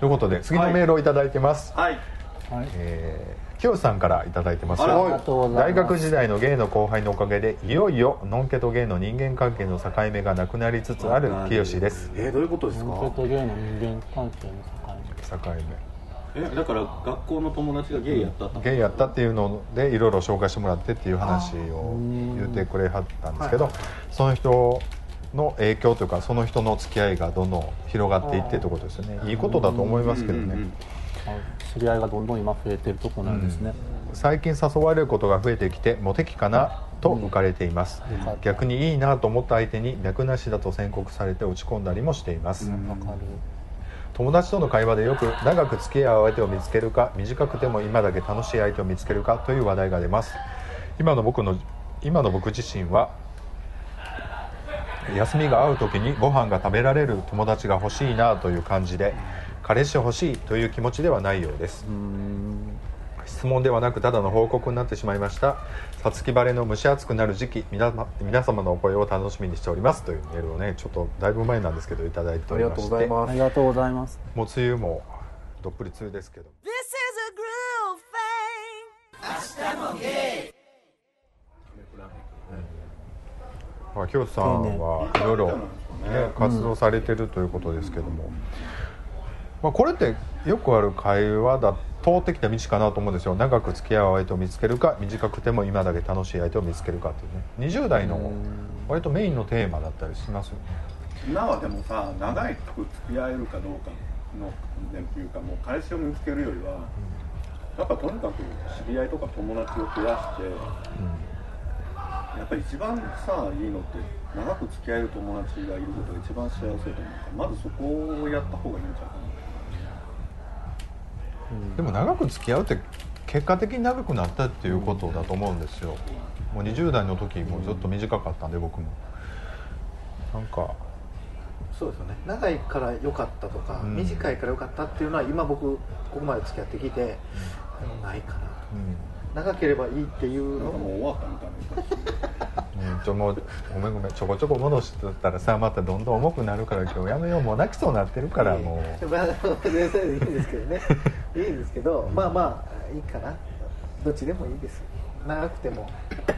ということで次のメールをいただいてます。 はい、 清さんからいただいてます。 大学時代のゲイの後輩のおかげでいよいよノンケとゲイの人間関係の境目がなくなりつつある清です。 どういうことですか？ ノンケとゲイの人間関係の境目。だから学校の友達がゲイやったゲイやったっていうのでいろいろ紹介してもらってっていう話を言ってくれはったんですけど、その人の影響というかその人の付き合いがどんどん広がっていってということですよね。いいことだと思いますけどね。 知り合いがどんどん今増えてるとこなんですね。 最近誘われることが増えてきてモテ期かなと浮かれています。逆にいいなと思った相手に脈なしだと宣告されて落ち込んだりもしています。友達との会話でよく長く付き合う相手を見つけるか短くても今だけ楽しい相手を見つけるかという話題が出ます。今の僕自身は休みが合う時にご飯が食べられる友達が欲しいなという感じで彼氏欲しいという気持ちではないようです。質問ではなくただの報告になってしまいました。さつき晴れの蒸し暑くなる時期、皆様のお声を楽しみにしておりますというメールをね、ちょっとだいぶ前なんですけどいただいておりまして、 ありがとうございます。 もう梅雨もどっぷり梅雨ですけど、清さんはいろいろ、活動されてるということですけども、これってよくある会話だ通ってきた道かなと思うんですよ。長く付き合う相手を見つけるか短くても今だけ楽しい相手を見つけるかっていうね、20代の割とメインのテーマだったりしますよね。 今はでもさ、長いく付き合えるかどうかのっていうか、もう彼氏を見つけるよりは、やっぱとにかく知り合いとか友達を増やして、やっぱり一番さいいのって長く付き合える友達がいることが一番幸せだと思うから、まずそこをやった方がいいんじゃないかな。 でも長く付き合うって結果的に長くなったっていうことだと思うんですよ。もう20代の時もずっと短かったんで、僕もなんかそうですよね。長いから良かったとか、短いから良かったっていうのは今僕ここまで付き合ってきて、ないかなと、長ければいいっていうのがもう終わったみたいなもうごめんちょこちょこ戻してたらさ、またどんどん重くなるから今日やめよう、もう泣きそうになってるから、もう全然いいんですけどねいいんですけど、まあいいかな、どっちでもいいです、長くても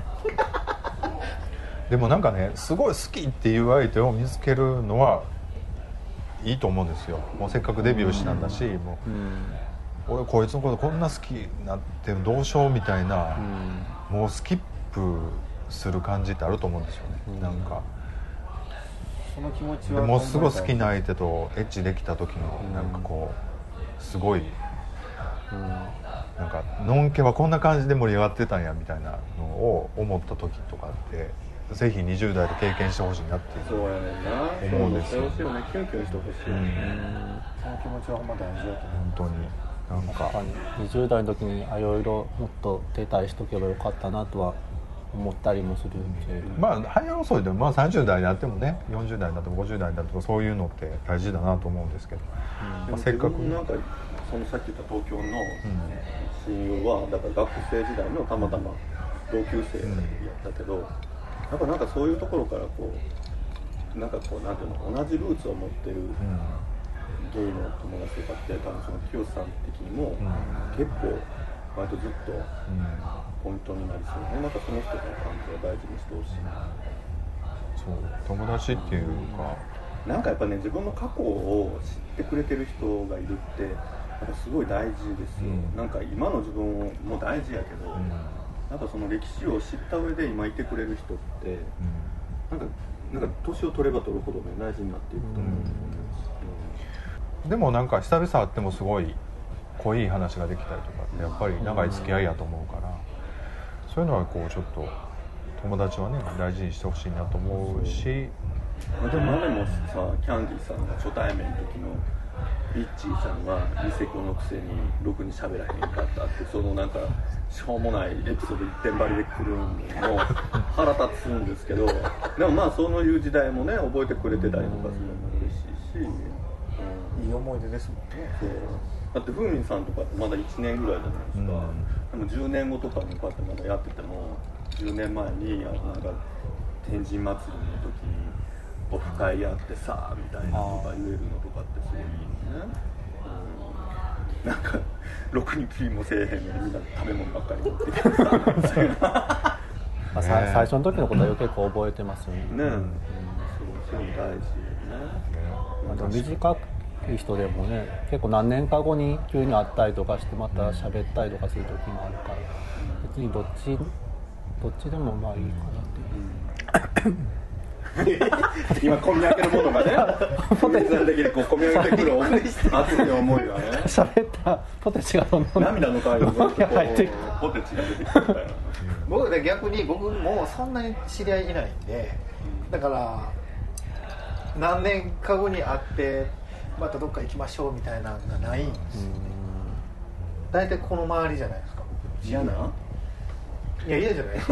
でもなんかね、すごい好きっていう相手を見つけるのはいいと思うんですよ。もうせっかくデビューしたんだし、もう俺こいつのことこんな好きになってどうしようみたいな、もうスキップする感じってあると思うんですよね。なんかその気持ちはもうすごい好きな相手とエッチできた時のなんかこうすごい、なんかのんけはこんな感じで盛り上がってたんやみたいなのを思った時とかってぜひ20代で経験してほしいなって思うんですよ。 キュンキュンしてほしいよね。 その気持ちはほんま大事だと思う。 本当になんか 20代の時にいろいろもっと停滞しとけばよかったなとは思ったりもするし、 まあ早遅いでも、30代になってもね、40代になっても50代になってもそういうのって大事だなと思うんですけど、せっかくなんかそのさっき言った東京の親友はだから学生時代のたまたま同級生やったけど、やっぱなんかそういうところからこうなんかこうなんていうの、同じルーツを持ってるゲイの友達とかって多分その清さん的にも結構割とずっとポイントになりそうね。なんかその人との関係を大事にしてほしいな。 そう友達っていうか、 なんかやっぱね、自分の過去を知ってくれてる人がいるってなんかすごい大事ですよ。なんか今の自分も大事やけど、なんかその歴史を知った上で今いてくれる人って、なんか年を取れば取るほどね大事になっていくと思うんです。 でもなんか久々会ってもすごい濃い話ができたりとかってやっぱり長い付き合いやと思うから、そういうのはこうちょっと友達はね大事にしてほしいなと思うし、 でもあれもさ、キャンディーさんが初対面の時のビッチーさんはニセコのくせにろくに喋らへんかったって、そのなんかしょうもないエピソード一点張りで来るのも腹立つんですけど、でもまあそういう時代もね覚えてくれてたりとかするのも嬉しいし、 いい思い出ですもんね。 そうだってふうみんさんとかってまだ1年ぐらいじゃないですか、でも10年後とかにこうやってまだやってても、10年前になんか天神祭りの時にオフ会やってさみたいなとか言えるのとかってすごいいいのね。 なんかろくに気もせえへんのにみんな食べ物ばっかり持ってきてさ最初の時のことは結構覚えてますよね。 そういうの大事よね。 でも短い人でもね結構何年か後に急に会ったりとかしてまた喋ったりとかする時もあるから別にどっちでもまあいいかなって今込み上げるものがねポテチだけでこう込み上げてくる熱い思いがね喋ったポテチがどんどん涙の代わりにポテチが出てきたみたいな僕で逆に僕もそんなに知り合いいないんでだから何年か後に会ってまたどっか行きましょうみたいなのがないんですよね。大体この周りじゃないですか。 嫌な？ いや嫌じゃない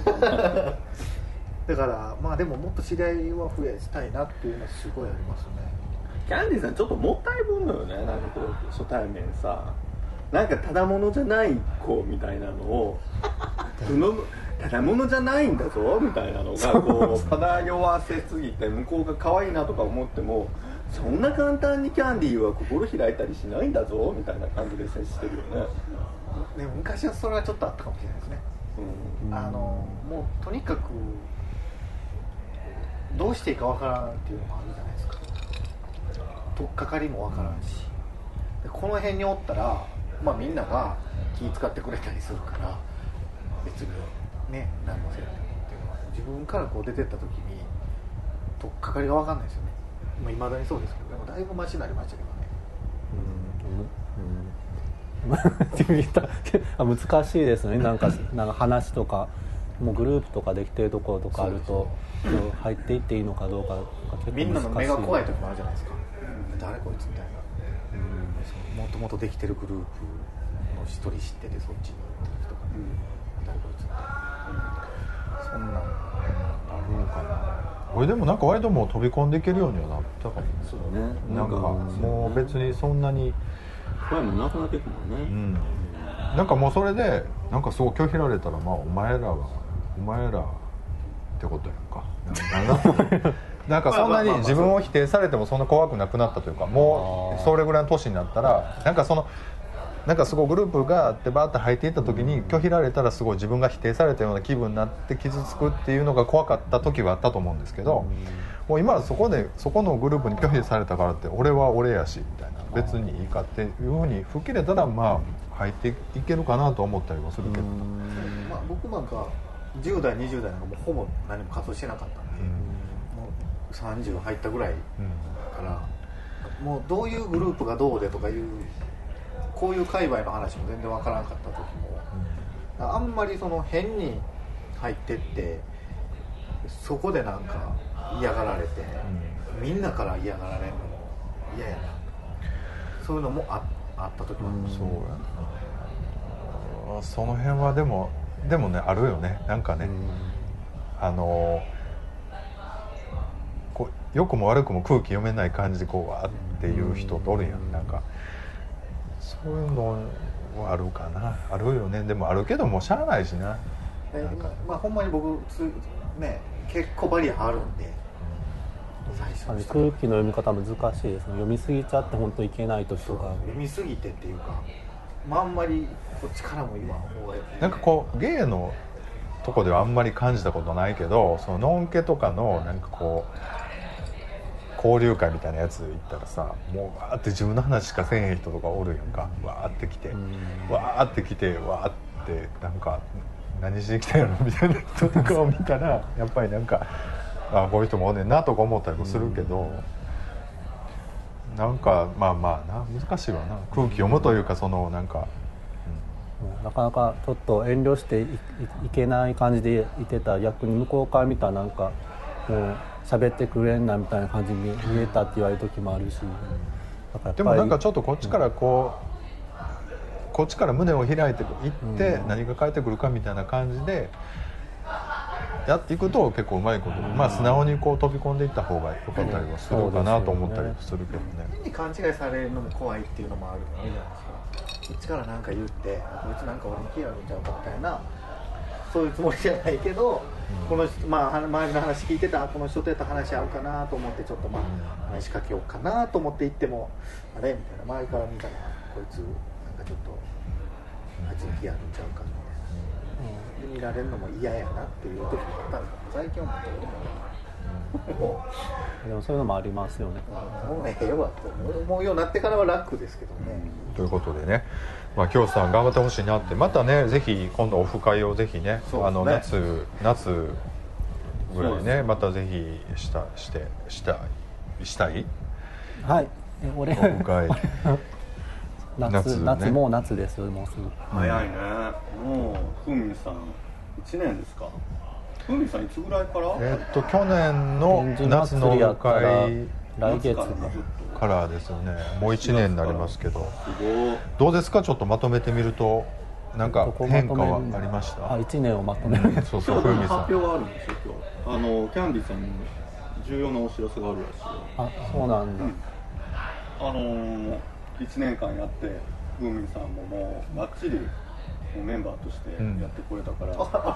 だからまあでももっと知り合いは増やしたいなっていうのはすごいありますね。 キャンディーさんちょっともったいぶんのよね。なんかこう初対面さなんかただものじゃない子みたいなのをただものじゃないんだぞみたいなのがこう漂わせすぎて向こうが可愛いなとか思ってもそんな簡単にキャンディーは心開いたりしないんだぞみたいな感じで接してるよね。 でも昔はそれはちょっとあったかもしれないですね。もうとにかくどうしていいかわからんっていうのもあるじゃないですか。取っかかりもわからんし、でこの辺におったら、まあ、みんなが気使ってくれたりするから別にね何もせんでもっていうのは自分からこう出てった時に取っかかりがわかんないですよね。いまだにそうですけどでもだいぶマシになりましたけどね。 難しいですね。なんか話とかもうグループとかできてるところとかあると入っていっていいのかどうかが結構難しい。 みんなの目が怖い時もあるじゃないですか。誰こいつみたいな。もともとできてるグループの一人知っててそっちに行ってる人が、誰こいつみたいな。そんなんあるのかな。 俺でもなんか割ともう飛び込んでいけるようにはなったかも。 そうね。 なんかもう別にそんなに声もなくなってくもんね。 なんかもうそれでなんかそう拒否られたらまあお前らってことやんか。なんかそんなに自分を否定されてもそんな怖くなくなったというかもうそれぐらいの年になったらなんかすごいグループがあってバーッと入っていった時に拒否られたらすごい自分が否定されたような気分になって傷つくっていうのが怖かった時はあったと思うんですけどもう今はそこのグループに拒否されたからって俺は俺やしみたいな別にいいかっていうふうに吹っ切れたらまあ入っていけるかなと思ったりもするけど、 まあ、僕なんか10代20代なんかもうほぼ何も活動してなかったんで、もう30入ったぐらいから、もうどういうグループがどうでとかいうこういう界隈の話も全然わからなかった時もあんまりその変に入ってってそこでなんか嫌がられて、みんなから嫌がられるのも嫌やなそういうのもあった時もあります。 そうやなその辺はでもねあるよねなんかね、こう良くも悪くも空気読めない感じでこうわーっていう人とおるやんなんかそういうのはあるかなあるよねでもあるけどもしゃあないしな。なんかまあほんまに僕ね結構バリアあるんで。 空気の読み方難しいですね。読みすぎちゃって本当いけない時とか読みすぎてっていうか、まあ、あんまりこっちからも今なんかこう芸のとこではあんまり感じたことないけどそのノンケとかのなんかこう交流会みたいなやつ行ったらさもうわーって自分の話しかせえへん人とかおるやんかわーって来てわーって来てわーってなんか何しに来たんやろみたいな人とかを見たらやっぱりなんかあこういう人もおんねんなとか思ったりもするけど、なんかまあまあな難しいわな空気読むというかそのなんか、 なかなかちょっと遠慮して いけない感じでいてた逆に向こうから見たらなんかもう喋ってくれんなみたいな感じに見えたって言われる時もあるし、だからでもなんかちょっとこっちからこっちから胸を開いていって何が返ってくるかみたいな感じでやっていくと結構うまいこと、まあ素直にこう飛び込んでいった方が良かったりはするかなと思ったりするけどね。 変に勘違いされるのも怖いっていうのもあるじゃないですか。こっちから何か言ってこいつなんか俺に気あるんちゃうかみたいなそういうつもりじゃないけど、この人、まあ、周りの話聞いてたこの人とやったら話合うかなと思ってちょっとまあ話しかけようかなと思って行ってもあれみたいな、周りから見たらこいつなんかちょっとあいつに気あるんちゃうかみたいな、で見られるのも嫌やなっていう時もあったんですけど、最近はでもそういうのもありますよね。 もうええわと思うようになってからは楽ですけどね。 ということでね、まあ、京さん頑張ってほしいなって、またねぜひ今度オフ会をぜひね、夏ぐらいね、またぜひしたい。 はい。俺オフ会夏もう夏ですよ、もうすぐ。 早いね。もうふみさん1年ですか。ふみさんいつぐらいから？ 去年の夏のオフ会来月からですよね。もう1年になりますけど、どうですか、ちょっとまとめてみるとなんか変化はありました？ 1年をまとめる。 そうそう、ふみさん発表があるんですよ今日。キャンディーさんに重要なお知らせがあるらしいよ。 あ、そうなんだ。 1年間やってふみさんももうバッチリメンバーとしてやってくれたから、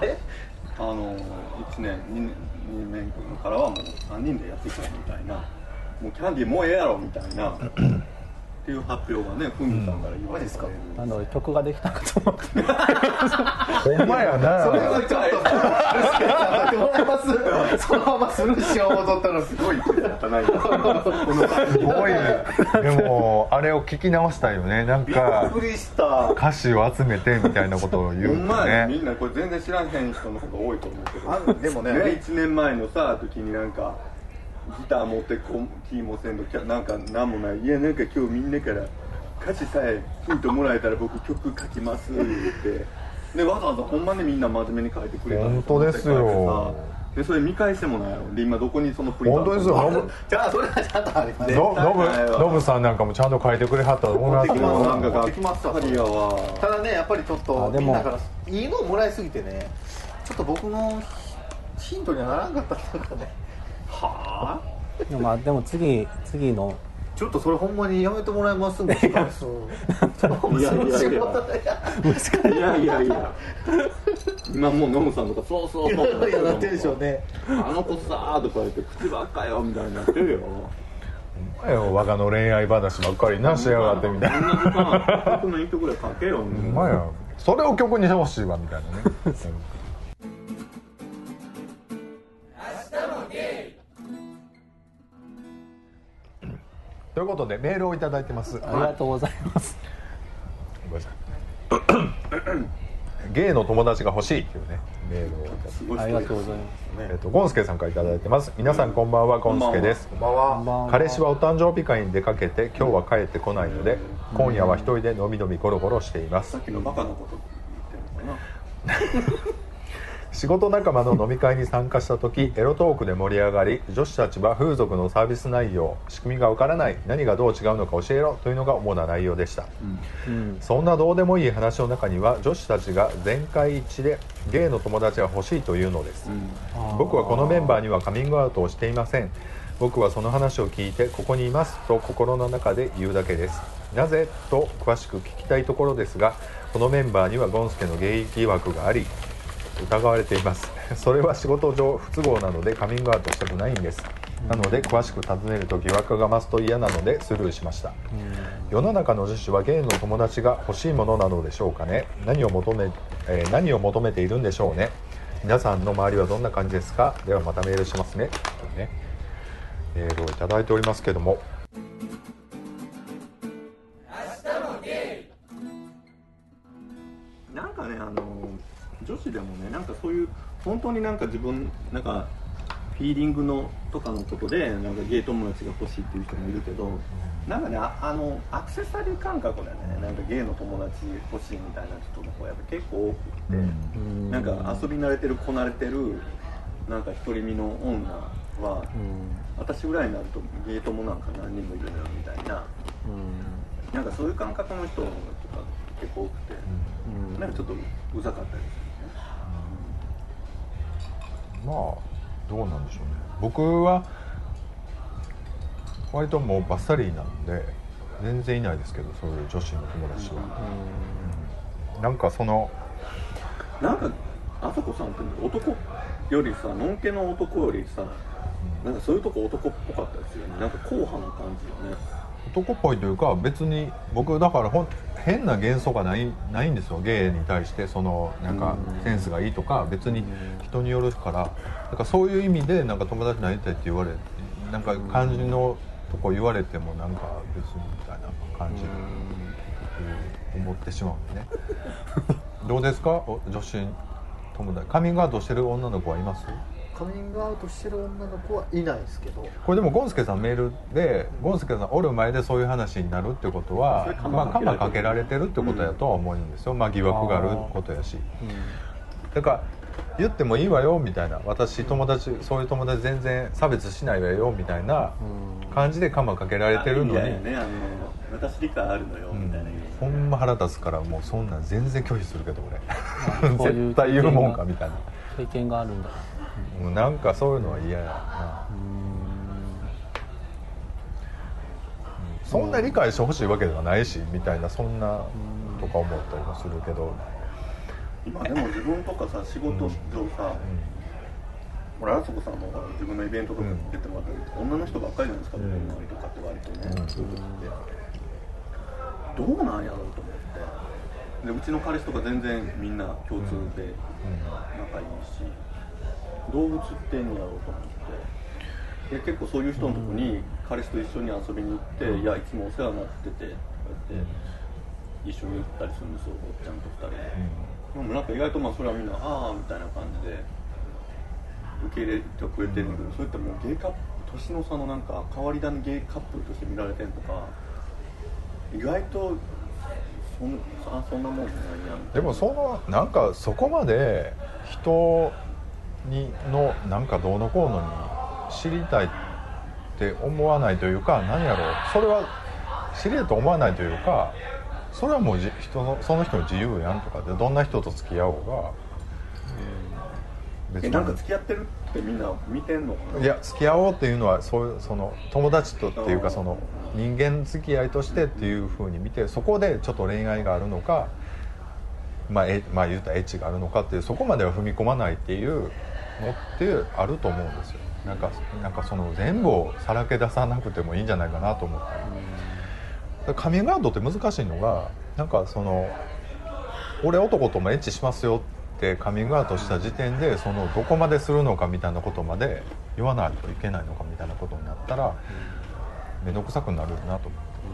あれ 1年2年からはもう3人でやっていくみたいな、もうキャンディーもうええやろみたいなっていう発表がね、ふみさんから言われて、 なんだ曲ができたかと思って。 ほんまやな。 それはちょっともらいます。そのままスルーしようとったのすごいやったな。 すごいね。でもあれを聞き直したいよね。なんかびっくりした。 歌詞を集めてみたいなことを言うほんまやね。みね。 んなこれ全然知らへん人の方が多いと思うけど、 でもね 1年前のさ時になんかギター持ってキーもせんとなんかなんもない、いやなんか今日みんなから歌詞さえヒントもらえたら僕曲書きますって言ってでわざわざほんまにみんな真面目に書いてくれた。 本当ですよ。 でそれ見返してもないやろ。で今どこにそのプリント本当ですよ。 じゃあそれはちゃんとありますね。 ノブさんなんかもちゃんと書いてくれはったと思いますけど、 なんか楽器マスターやわ。 ただねやっぱりちょっとでもみんなからいいのをもらいすぎてね、ちょっと僕のヒントにはならんかったというかね。 はあ。 でも次のちょっとそれほんまにやめてもらえますんで。いやいや今もうノムさんとかそうなってるでしょうね。 あの子さーとか言って口ばっかよみたいになってるよ。 我がの恋愛話ばっかりなしやがってみたいな。 こんな時間曲の1曲ぐらい書けよ。 ほんまや。それを曲にしてほしいわみたいなね。ということでメールをいただいてます。 ありがとうございます。 ごめんなさい。ゲイの友達が欲しいというねメールをいただいてます。 ありがとうございます。 ゴンスケさんからいただいてます。皆さんこんばんは、ゴンスケです。 こんばんは。 彼氏はお誕生日会に出かけて今日は帰ってこないので、今夜は一人でのびのびゴロゴロしています。 さっきのバカなこと言ってるのかな。 仕事仲間の飲み会に参加した時、エロトークで盛り上がり、女子たちは風俗のサービス内容、仕組みがわからない、何がどう違うのか教えろというのが主な内容でした。そんなどうでもいい話の中には、女子たちが全会一致でゲイの友達が欲しいというのです。僕はこのメンバーにはカミングアウトをしていません。僕はその話を聞いてここにいますと心の中で言うだけです。なぜと詳しく聞きたいところですが、このメンバーにはゴンスケのゲイ疑惑があり疑われています。それは仕事上不都合なのでカミングアウトしたくないんです。なので詳しく尋ねると疑惑が増すと嫌なのでスルーしました。世の中の女子はゲイの友達が欲しいものなのでしょうかね。何を求めているんでしょうね。皆さんの周りはどんな感じですか。ではまたメールしますね。というねメールをいただいておりますけども、 なんかね女子でもねなんかそういう本当になんか自分なんかフィーリングのとかのことでなんかゲイ友達が欲しいっていう人もいるけど、なんかねアクセサリー感覚でねなんかゲイの友達欲しいみたいな人の方やっぱ結構多くって、なんか遊び慣れてるこなれてるなんか独り身の女は、私ぐらいになるとゲイ友なんか何人もいるのよみたいな、なんかそういう感覚の人とか結構多くて、なんかちょっとうざかったりするね。 まあどうなんでしょうね。僕は割ともうバッサリなんで全然いないですけど、そういう女子の友達は、なんかそのなんかあそこさんって男よりさ、のんけの男よりさ、なんかそういうとこ男っぽかったですよね。なんか硬派な感じよね。 男っぽいというか、別に僕だから変な幻想がないんですよ、ゲイに対して。そのなんかセンスがいいとか、別に人によるから、だからそういう意味でなんか友達になりたいって言われて、なんか感じのとこ言われてもなんか別にみたいな感じで思ってしまうんでね。どうですか、女子友達、カミングアウトしてる女の子はいます？ カミングアウトしてる女の子はいないですけど、 これでもゴンスケさんメールで、ゴンスケさんおる前でそういう話になるってことは、まあカマかけられてるってことやとは思うんですよ。まあ疑惑があることやし、だから言ってもいいわよみたいな、私友達、そういう友達全然差別しないわよみたいな感じでカマかけられてるのに、 ね、私理解あるのよみたいな、 ほんま腹立つから、もうそんなん全然拒否するけど俺絶対言うもんかみたいな経験があるんだ。 もうなんかそういうのは嫌やな。そんな理解してほしいわけではないしみたいな、そんなとか思ったりもするけど、 今でも自分とかさ、仕事上さ、俺あそこさんも自分のイベントとか出てもらったけど、女の人ばっかりじゃないですか、女の人とかって割とね、そういう時ってどうなんやろうと思って、でうちの彼氏とか全然みんな共通で仲いいし、どう映ってんやろうと思って、で結構そういう人のとこに彼氏と一緒に遊びに行って、いやいつもお世話になってて、こうやって一緒に行ったりするんですよ、おっちゃんと2人で。でもなんか意外とまあそれはみんなああみたいな感じで受け入れてくれてるんだけど、そういったもうゲイカップ、年の差のなんか変わり種ゲイカップルとして見られてんとか、意外とそんなもんじゃないやん。 でもなんかそこまで人のなんかどうのこうのに知りたいって思わないというか、何やろう、それは知りたいと思わないというか、それはもうその人の自由やんとかで、どんな人と付き合おうが別になんか付き合ってるってみんな見てんのかな。 いや、付き合おうっていうのはその友達とっていうか、その人間付き合いとしてっていう風に見て、そこでちょっと恋愛があるのか、まあ言ったらエッチがあるのかっていう、そこまでは踏み込まないっていうのってあると思うんですよ。なんかその全部をさらけ出さなくてもいいんじゃないかなと思ったり、カミングアウトって難しいのが、なんかその俺男ともエッチしますよってカミングアウトした時点で、そのどこまでするのかみたいなことまで言わないといけないのかみたいなことになったら面倒くさくなるなと思って、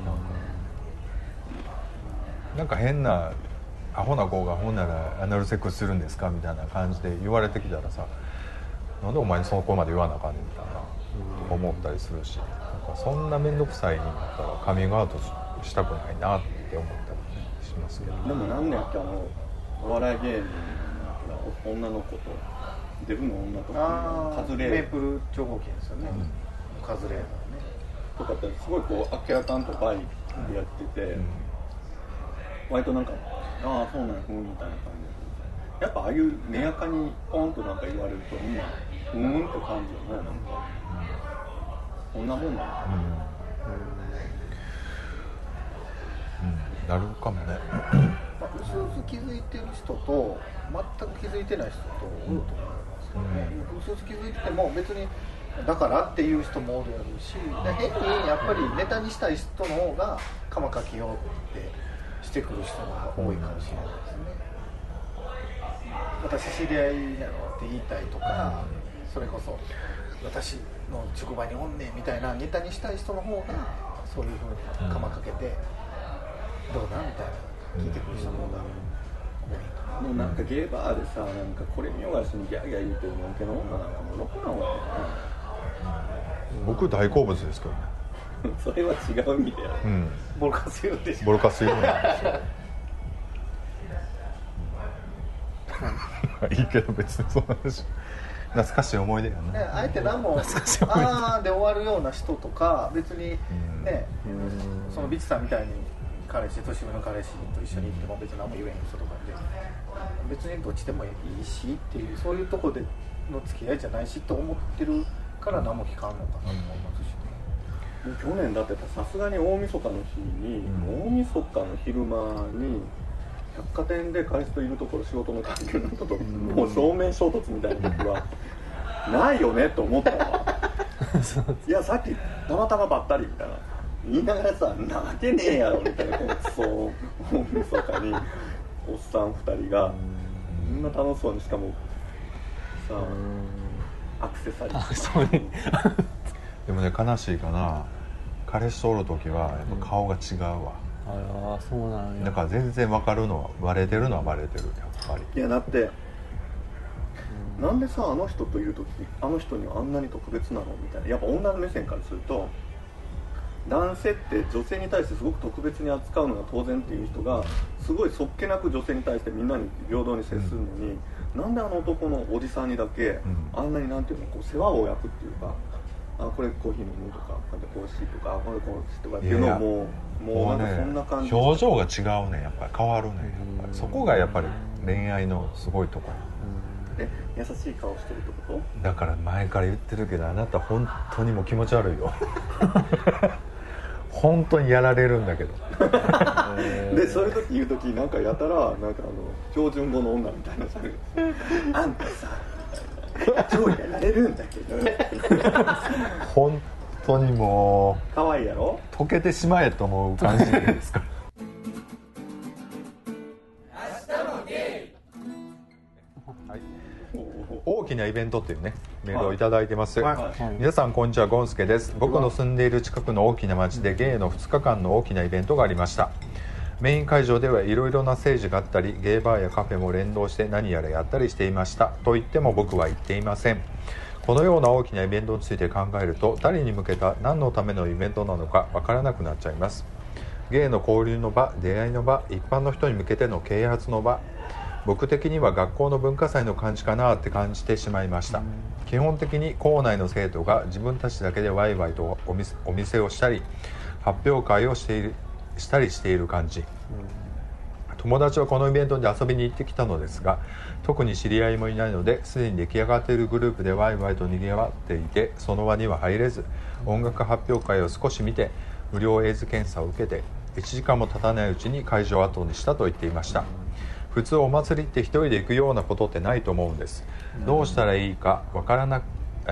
なんか変なアホな子がほんならアナルセックスするんですかみたいな感じで言われてきたらさ、なんでお前にそこまで言わなあかんねんみたいなとか思ったりするし、なんかそんな面倒くさいになったらカミングアウトしたくないなって思ったりしますけど。 でも何年やっけ、お笑い芸人の女の子とデブの女とかカズレーメープル超合金ですよね、カズレーとかってすごいこう明らかんとバイでやってて、割となんかああそうなんやふんみたいな感じで、やっぱああいう根やかにポンとなんか言われるとみんなふーんって感じよね。なんかこんなもんなんだ、 なるかもね。 うすうす気づいてる人と全く気づいてない人とおると思いますよね。うすうす気づいてても別にだからっていう人もおるやろうし、変にやっぱりネタにしたい人の方がカマかけようってしてくる人が多いかもしれないですね。私知り合いなのって言いたいとか、それこそ私の職場におんねんみたいなネタにしたい人の方がそういう風にカマかけてどうだみたいな聞いてくる人の方が多い。 もうなんかゲーバーでさ、なんかこれ見よがしにギャーギャー言うてるのんけの女なんかもうろくなわけね。 僕大好物ですけどね。 それは違う意味でやる、 ボルカス言うでしょ。 ボルカス言うなんですよ。いいけど別にそうなんでしょ。懐かしい思い出やな、 ね、あえて何もあーで終わるような人とか別にね、そのビッチさんみたいに彼氏、年上の彼氏と一緒に行っても別に何も言えへん人とかで別にどっちでもいいしっていう、そういうとこでの付き合いじゃないしと思ってるから何も聞かんのかなと思いますし、 去年だってさすがに大晦日の日に、大晦日の昼間に百貨店で彼氏といるところ、仕事の関係の人ともう正面衝突みたいな時はないよねと思ったわいやさっきたまたまばったりみたいな言いながらさ、なわけねえやろみたいな、このクソ大晦日におっさん2人がみんな楽しそうに、しかもさアクセサリーでもね、悲しいかな、彼氏とおる時はやっぱ顔が違うわ、 ああそうなんや。 だから全然分かるのは、バレてるのはバレてる、やっぱり。 いやだってなんでさ、あの人といる時あの人にはあんなに特別なのみたいな、やっぱ女の目線からすると、男性って女性に対してすごく特別に扱うのが当然っていう人が、すごいそっけなく女性に対してみんなに平等に接するのに、なんであの男のおじさんにだけあんなになんていうの、こう世話を焼くっていうか、あこれコーヒー飲むとか、こうやってこうしとか、これこうしとかっていうのをもうなんかそんな感じ、 表情が違うね、やっぱり変わるね、やっぱりそこがやっぱり恋愛のすごいところ。 優しい顔してるってこと？ だから前から言ってるけど、あなた本当にもう気持ち悪いよ本当にやられるんだけどでそういう時言う時なんかやたらなんか標準語の女みたいなさあんたさみたいな超やられるんだけど本当にもう可愛いやろ、 溶けてしまえと思う感じですから大きなイベントっていうねメールをいただいてます、皆さんこんにちは、ゴンスケです。僕の住んでいる近くの大きな町でゲイの2日間の大きなイベントがありました。メイン会場ではいろいろなステージがあったり、ゲイバーやカフェも連動して何やらやったりしていました。と言っても僕は行っていません。このような大きなイベントについて考えると、誰に向けた何のためのイベントなのかわからなくなっちゃいます。ゲイの交流の場、出会いの場、一般の人に向けての啓発の場、僕的には学校の文化祭の感じかなって感じてしまいました。基本的に校内の生徒が自分たちだけでワイワイとお店をしたり発表会をしたりしている感じ。友達はこのイベントに遊びに行ってきたのですが、特に知り合いもいないので、すでに出来上がっているグループでワイワイと賑わっていて、その輪には入れず、音楽発表会を少し見て無料エイズ検査を受けて1時間も経たないうちに会場を後にしたと言っていました。普通お祭りって一人で行くようなことってないと思うんです。どうしたらいいのかわからな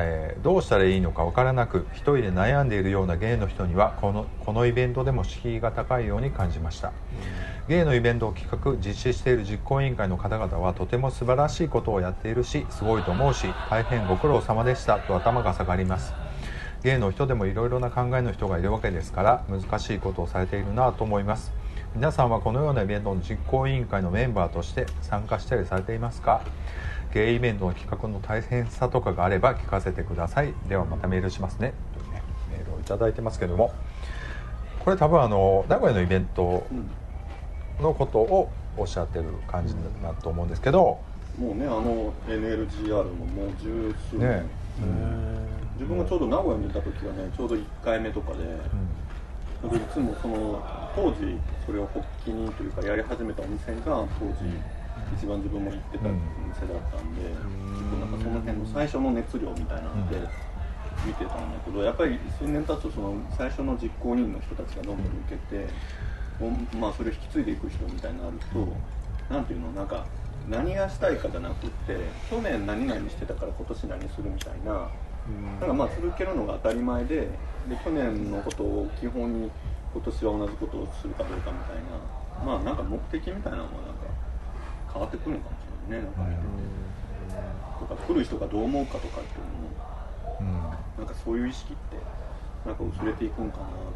く一人で悩んでいるようなゲイの人にはこのイベントでも敷居が高いように感じました。ゲイのイベントを企画実施している実行委員会の方々はとても素晴らしいことをやっているし、すごいと思うし、大変ご苦労様でしたと頭が下がります。ゲイの人でもいろいろな考えの人がいるわけですから、難しいことをされているなと思います。皆さんはこのようなイベントの実行委員会のメンバーとして参加したりされていますか？ゲイイベントの企画の大変さとかがあれば聞かせてください。ではまたメールしますね、というね、メールをいただいてますけども、これ多分名古屋のイベントのことをおっしゃってる感じだと思うんですけど、 もうねNLGR ももう十数年、ね、自分がちょうど名古屋にいた時はね、ちょうど1回目とかで、いつも当時それを発起人というかやり始めたお店が当時一番自分も行ってたお店だったんで、なんかその辺の最初の熱量みたいなので見てたんだけど、やっぱり数年経つとその最初の実行人の人たちがどんどん受けて、まあそれを引き継いでいく人みたいになると、なんていうの、なんか何がしたいかじゃなくって、去年何々してたから今年何するみたいな。なんかまあ続けるのが当たり前で、去年のことを基本に今年は同じことをするかどうかみたいな、まあなんか目的みたいなのはなんか変わってくるのかもしれないね。なんかね、とか来る人がどう思うかとかっていうのも、なんかそういう意識ってなんか薄れていくんかなとか思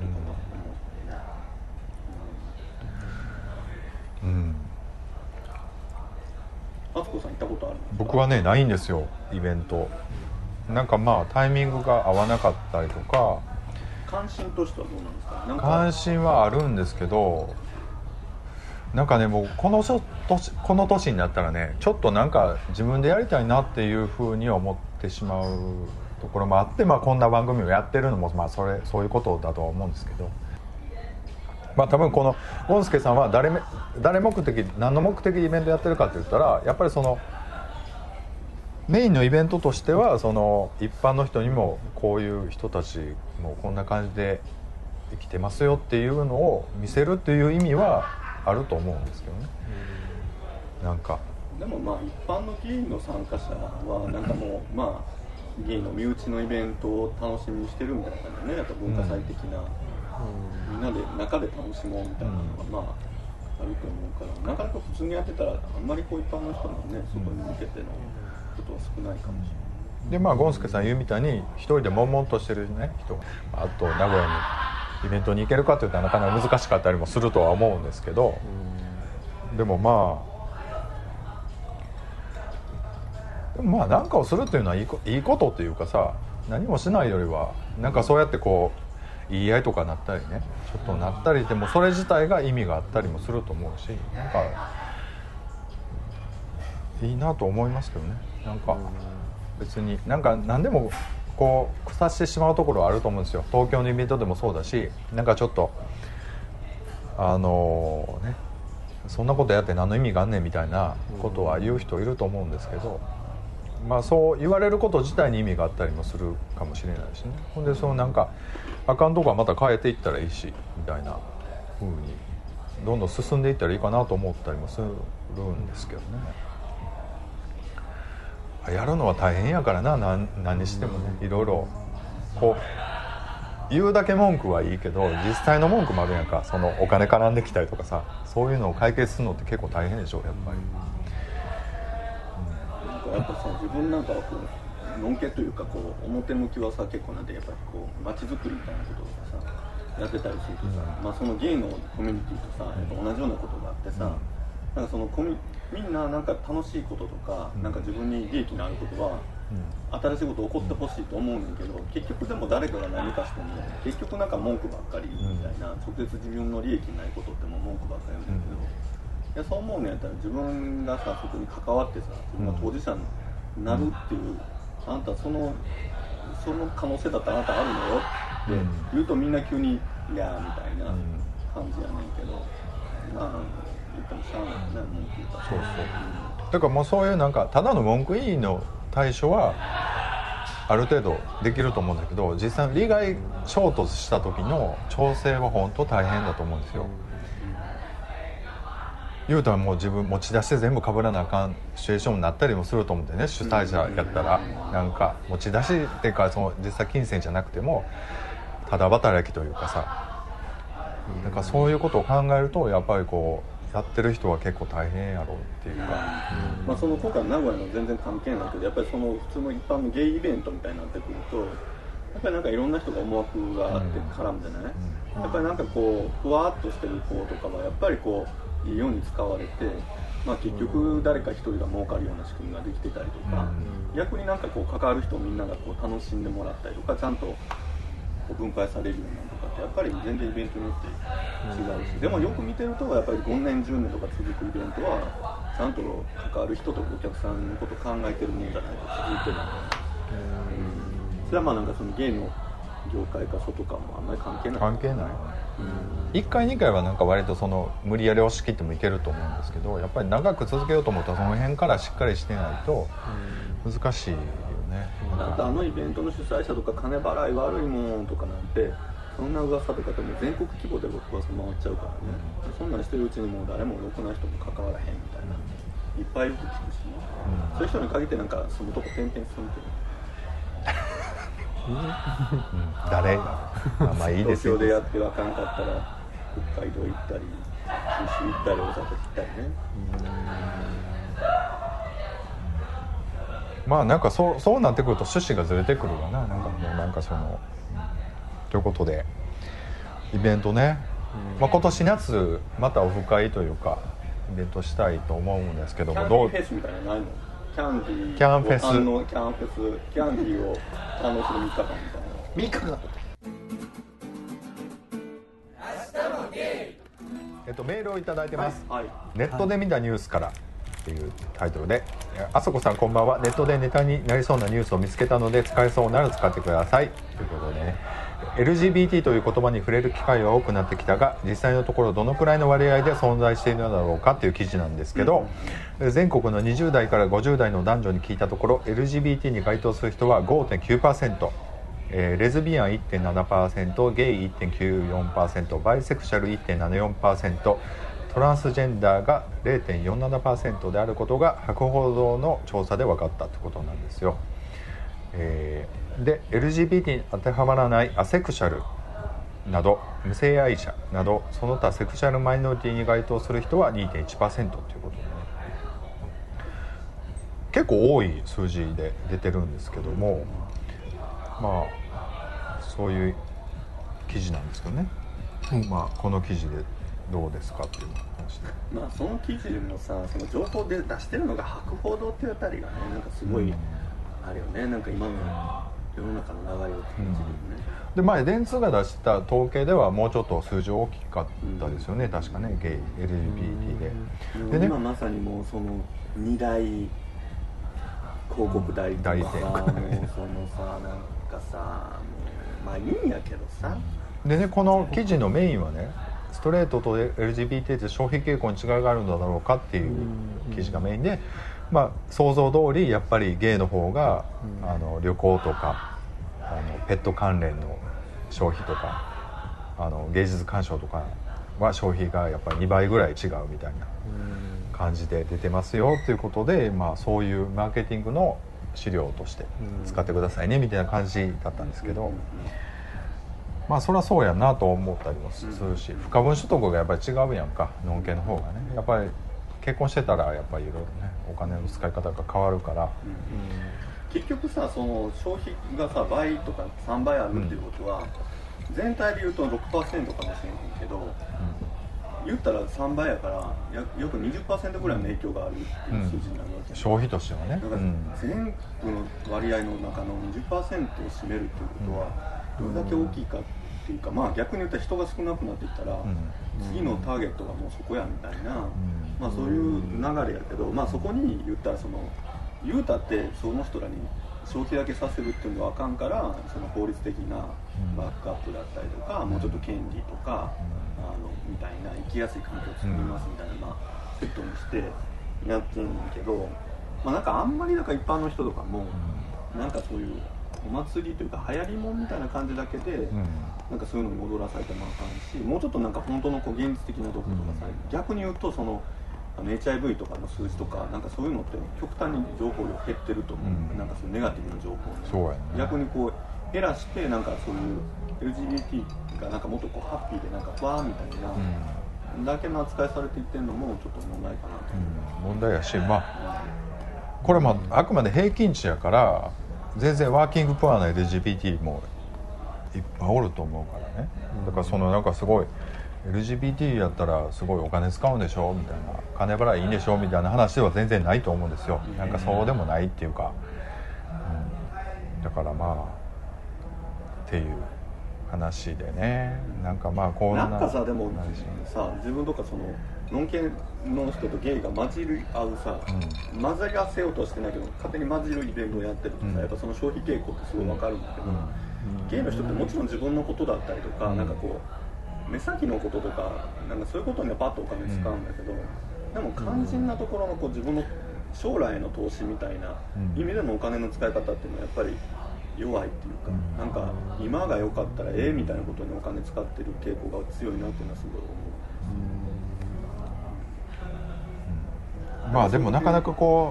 ってね。あつこさん行ったことあるんですか？ 僕はねないんですよ、イベント。なんかまあタイミングが合わなかったりとか。 関心としてはどうなんですか？なんか関心はあるんですけど、なんかね、もうこの年になったらね、ちょっとなんか自分でやりたいなっていうふうに思ってしまうところもあって、まあこんな番組をやってるのもまあそういうことだとは思うんですけど、まあ多分このゴンスケさんは何の目的でイベントやってるかって言ったら、やっぱりそのメインのイベントとしては、その一般の人にもこういう人たちもこんな感じで生きてますよっていうのを見せるっていう意味はあると思うんですけどね。なんかでもまあ一般の議員の参加者はなんかもうまあ議員の身内のイベントを楽しみにしてるみたいな感じでね、やっぱ文化祭的な、みんなで中で楽しもうみたいなのがまああると思うから、なかなか普通にやってたらあんまりこう一般の人のね外に向けてのことは少ないかもしれない。 でまあゴンスケさん言うみたいに一人で悶々としてるね人、あと名古屋にイベントに行けるかというとなかなか難しかったりもするとは思うんですけど、でもまあなんかをするというのはいいことっていうかさ、何もしないよりはなんかそうやってこう言い合いとかなったりね、ちょっとなったりでもそれ自体が意味があったりもすると思うし、なんかいいなと思いますけどね。なんか別になんか何でもこう腐してしまうところはあると思うんですよ。東京のイベントでもそうだし、なんかちょっとね、そんなことやって何の意味があんねんみたいなことは言う人いると思うんですけど、まあそう言われること自体に意味があったりもするかもしれないしね。ほんでそのなんかあかんとこはまた変えていったらいいしみたいな風にどんどん進んでいったらいいかなと思ったりもするんですけどね。やるのは大変やからな、何にしてもね、いろいろこう言うだけ文句はいいけど実際の文句もあるやんか。そのお金絡んできたりとかさ、そういうのを解決するのって結構大変でしょやっぱり。 やっぱさ、自分なんかはこうのんけというかこう表向きはさ結構なんでやっぱりこう街づくりみたいなこととかさやってたりするとさ、まあそのゲイのコミュニティとさやっぱ同じようなことがあってさ、なんかそのみんななんか楽しいこととか、なんか自分に利益のあることは、新しいこと起こってほしいと思うねんけど、結局でも誰かが何かしても結局なんか文句ばっかりみたいな、直接自分の利益ないことっても文句ばっかり言うんだけど、いやそう思うねんやったら自分がさそこに関わってさ自分が当事者になるっていう、あんたその可能性だったらあなたあるのよって言うとみんな急にいやみたいな感じやねんけど、まあ言ってもしゃあないね、文句言ったら。そうそう、 だからもうそういうなんかただの文句言いの対処はある程度できると思うんだけど、実際利害衝突した時の調整は本当大変だと思うんですよ。言うたらもう自分持ち出して全部被らなあかんシチュエーションになったりもすると思うんだよね。主催者やったらなんか持ち出しっていうかその実際金銭じゃなくてもただ働きというかさ、なんかそういうことを考えるとやっぱりこうやってる人は結構大変やろうっていうか、 まあその今回名古屋の全然関係ないけどやっぱりその普通の一般のゲイイベントみたいになってくるとやっぱりなんかいろんな人が思惑があって絡むじゃない、やっぱりなんかこうふわっとしてる子とかはやっぱりこういいように使われて、まあ、結局誰か一人が儲かるような仕組みができてたりとか、逆になんかこう関わる人みんながこう楽しんでもらったりとかちゃんとこう分配されるようなとかってやっぱり全然イベントによって違うし、でもよく見てるとやっぱり5年10年とか続くイベントはちゃんと関わる人とお客さんのこと考えてるもんじゃないと続いてるので、それはまあなんかそのゲイの業界か外かもあんまり関係ない 1回2回はなんか割とその無理やり押し切ってもいけると思うんですけど、やっぱり長く続けようと思ったらその辺からしっかりしてないと難しいよね。 だってあのイベントの主催者とか金払い悪いもんとかなんてそんな噂とかでも全国規模で噂回っちゃうからね、そんなんしてるうちにもう誰もろくな人も関わらへんみたいな、いっぱいよく聞くし、そういう人に限ってなんか住むとこ転々するけど誰まあいいですよ。 東京でやってわかんかったら北海道行ったり九州行ったり大阪行ったりね。 まあなんかそうなってくると趣旨がずれてくるわな。なんかもうなんかそのということでイベントね、まあ、今年夏またオフ会というかイベントしたいと思うんですけども、 どうキャンディーフェスみたいなのないの？キャンディーを堪能する3日間みたいな。 3日間メールをいただいてます、 はい、 ネットで見たニュースからっていうタイトルで、あそこさんこんばんは。ネットでネタになりそうなニュースを見つけたので使えそうなら使ってくださいということでね、LGBT という言葉に触れる機会は多くなってきたが実際のところどのくらいの割合で存在しているのだろうかという記事なんですけど、全国の20代から50代の男女に聞いたところ LGBT に該当する人は 5.9%、レズビアン 1.7%、ゲイ 1.94%、バイセクシャル 1.74%、トトランスジェンダーが 0.47% であることが博報堂の調査で分かったってことなんですよ。で LGBT に当てはまらないアセクシャルなど無性愛者などその他セクシャルマイノリティに該当する人は 2.1% ということでね、結構多い数字で出てるんですけども、まあそういう記事なんですけどね、 はい、 まあこの記事でどうですかっていう話で、 まあその記事もさ、その情報で出してるのが博報堂っていうあたりがね、なんかすごいあるよね、なんか今の世の中の流れを感じるよね。 で前電通が出した統計ではもうちょっと数字大きかったですよね、確かね、ゲイ LGBT で。 でね、今まさにもうその2大広告代理店とか、もうそのさ、なんかさ、まあいいんやけどさ。 でね、この記事のメインはね、ストレートと LGBT って消費傾向に違いがあるんだろうかっていう記事がメインで、まあ想像通りやっぱりゲイの方が旅行とかペット関連の消費とか芸術鑑賞とかは消費がやっぱり2倍ぐらい違うみたいな感じで出てますよということで、まあそういうマーケティングの資料として使ってくださいねみたいな感じだったんですけど、まあそりゃそうやなと思ったりもするし、不可分所得がやっぱり違うやんか、ノン系の方がね。やっぱり結婚してたらやっぱりいろいろねお金の使い方が変わるから、 結局さ、その消費がさ倍とか3倍あるっていうことは、全体で言うと 6% かもしれへんけど、言ったら3倍やから約 20% ぐらいの影響があるっていう数字になるわけ、 消費としてはね。 だから全部の割合の中の 20% を占めるっていうことはどれだけ大きいかっていうか、まあ逆に言ったら人が少なくなっていったら、次のターゲットがもうそこやみたいな、まあそういう流れやけど、まあそこに言ったら言うたってその人らに消費だけさせるっていうのはあかんから、その法律的なバックアップだったりとか、もうちょっと権利とかみたいな生きやすい環境を作りますみたいな、まあ、セットにしてやってるんだけど、まあ、なんかあんまりなんか一般の人とかもなんかそういうお祭りというか流行りもんみたいな感じだけで、なんかそういうのに戻らされてもあかんし、もうちょっとなんか本当のこう現実的なところとかさ、逆に言うとそのHIV とかの数字とかなんかそういうのって極端に情報量減ってると思う、なんかそういうネガティブな情報、 そうやね、 逆にこう減らしてなんかそういう LGBT がなんかもっとこうハッピーでなんかわーみたいな、だけの扱いされていってるのもちょっと問題かなと思う、 問題やし、まあこれもあくまで平均値やから全然ワーキングプアな LGBT もいっぱいおると思うからね。だからそのなんかすごい LGBT やったらすごいお金使うんでしょみたいな、金払いいいんでしょみたいな話では全然ないと思うんですよ。なんかそうでもないっていうか、だからまあっていう話でね、なんかまあこうなんかさ、でもさ、自分とかそのノン系の人とゲイが混じり合うさ、混ざり合わせようとはしてないけど勝手に混じるイベントをやってるとさ、やっぱその消費傾向ってすごい分かるんだけど、ゲイの人ってもちろん自分のことだったりとか、なんかこう目先のこととか、なんかそういうことにはパッとお金使うんだけど、でも肝心なところのこう自分の将来への投資みたいな意味でのお金の使い方っていうのはやっぱり弱いっていうか、なんか今が良かったらみたいなことにお金使ってる傾向が強いなっていうのはすごい思う。 まあでもなかなかこ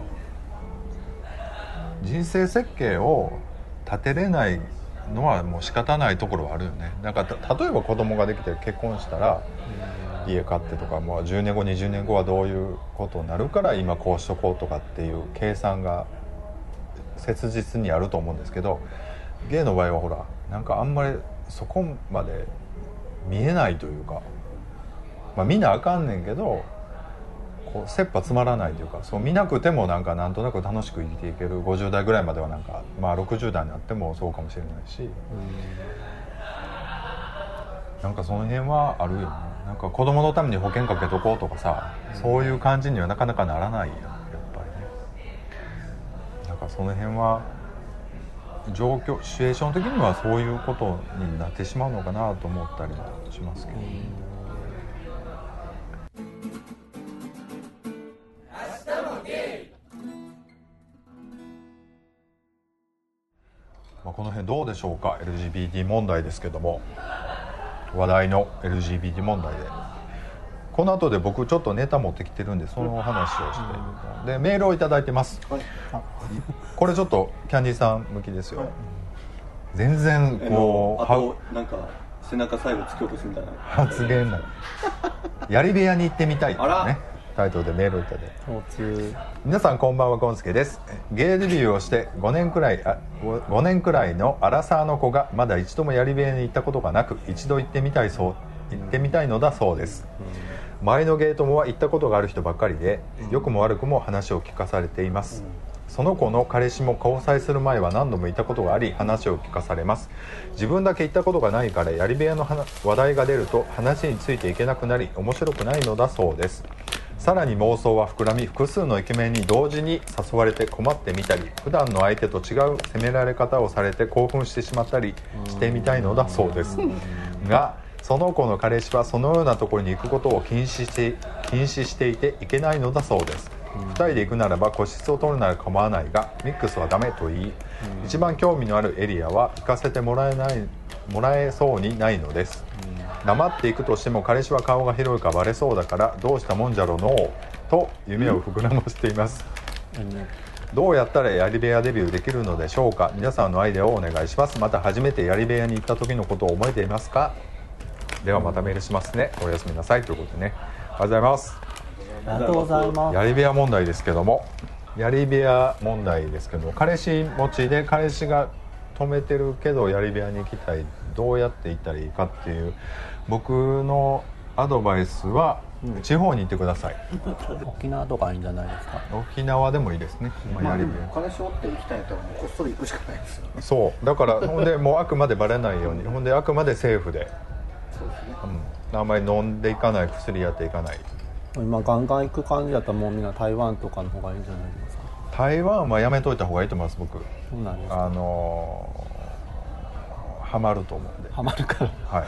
う人生設計を立てれないのはもう仕方ないところはあるよね。なんか例えば子供ができて結婚したら家買ってとか、もう10年後20年後はどういうことになるから今こうしとこうとかっていう計算が切実にあると思うんですけど、ゲイの場合はほらなんかあんまりそこまで見えないというか、まあ見なあかんねんけどこう切羽詰まらないというか、そう見なくてもなんかなんとなく楽しく生きていける50代ぐらいまではなんか、まあ60代になってもそうかもしれないし、なんかその辺はあるよね。なんか子供のために保険かけとこうとかさ、そういう感じにはなかなかならないよやっぱりね。なんかその辺は状況シチュエーション的にはそういうことになってしまうのかなと思ったりもしますけど、まあ、この辺どうでしょうか。 LGBT 問題ですけども、話題の LGBT 問題でこの後で僕ちょっとネタ持ってきてるんでその話をして、でメールをいただいてます、これちょっとキャンディーさん向きですよ、全然こうあとなんか背中最後突き落とすみたいな発言なやり部屋に行ってみたいっていうねタイトルでメールをいただいて、皆さんこんばんは、ゴンスケです。ゲイデビューをして5年くらいのアラサーの子がまだ一度もやり部屋に行ったことがなく、一度行ってみたいのだそうです。前のゲイ友は行ったことがある人ばっかりで、良くも悪くも話を聞かされています。その子の彼氏も交際する前は何度も行ったことがあり、話を聞かされます。自分だけ行ったことがないから、やり部屋の話題が出ると話についていけなくなり、面白くないのだそうです。さらに妄想は膨らみ、複数のイケメンに同時に誘われて困ってみたり、普段の相手と違う責められ方をされて興奮してしまったりしてみたいのだそうですが、その子の彼氏はそのようなところに行くことを禁止していて行けないのだそうです。2人で行くならば個室を取るなら構わないが、ミックスはダメと言い、一番興味のあるエリアは行かせてもらえそうにないのです。黙っていくとしても彼氏は顔が広いかバレそうだから、どうしたもんじゃろのうと夢を膨らませています。どうやったらやり部屋デビューできるのでしょうか。皆さんのアイデアをお願いします。また初めてやり部屋に行った時のことを覚えていますか。ではまたメールしますね。おやすみなさいということでね、ありがとうございます。 ありがとうございます。 やり部屋問題ですけども、彼氏持ちで彼氏が止めてるけどやり部屋に行きたい、どうやって行ったらいいかっていう僕のアドバイスは、地方に行ってください。 沖縄とかいいんじゃないですか。 沖縄でもいいですね、やり部屋。 彼氏おって行きたいとこっそり行くしかないですよね。 そうだからほんでもうあくまでバレないように、ほんであくまでセーフで、 そうですね、 あんまり飲んでいかない、薬やっていかない。 今ガンガン行く感じだったらもうみんな台湾とかの方がいいんじゃないですか。 台湾はやめといた方がいいと思います。僕そうなんですか。 ハマると思うんで。 ハマるから。 はい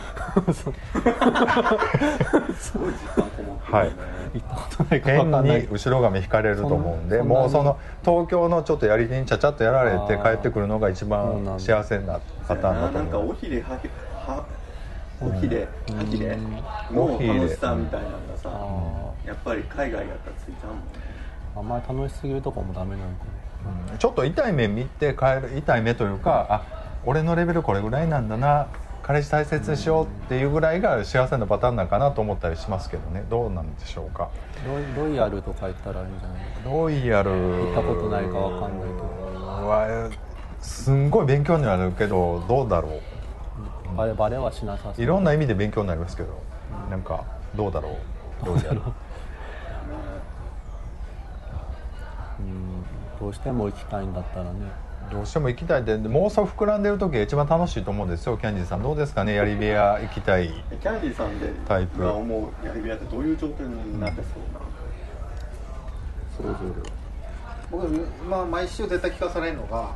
すごい時間こもってはい、 行ったことないから分かんない。 変に後ろ髪引かれると思うんで、もうその東京のちょっとやり手にちゃちゃっとやられて帰ってくるのが一番幸せなパターンだとなんか思う。 おひれはきれの楽しさみたいなのがさ、やっぱり海外やったらついちゃうもんね。 あんまり楽しすぎるとこもダメなのかちょっと痛い目見て帰る、痛い目というか、あ、俺のレベルこれぐらいなんだな、彼氏大切にしようっていうぐらいが幸せなパターンなんかなと思ったりしますけどね。どうなんでしょうか。 ロイヤルとか行ったらいいんじゃないですか。 ロイヤル行ったことないか分かんないけど、 すんごい勉強になるけど、どうだろう。 バレはしなさそう。 いろんな意味で勉強になりますけど、なんかどうだろう。ロイヤルどうしても行きたいんだったらね。 どうしても行きたいで、妄想膨らんでる時が一番楽しいと思うんですよ。キャンディーさんどうですかね、やり部屋行きたい。 キャンディーさんでタイプが思うやり部屋ってどういう状態になってそうな、 それぞれ僕、毎週絶対聞かされるのが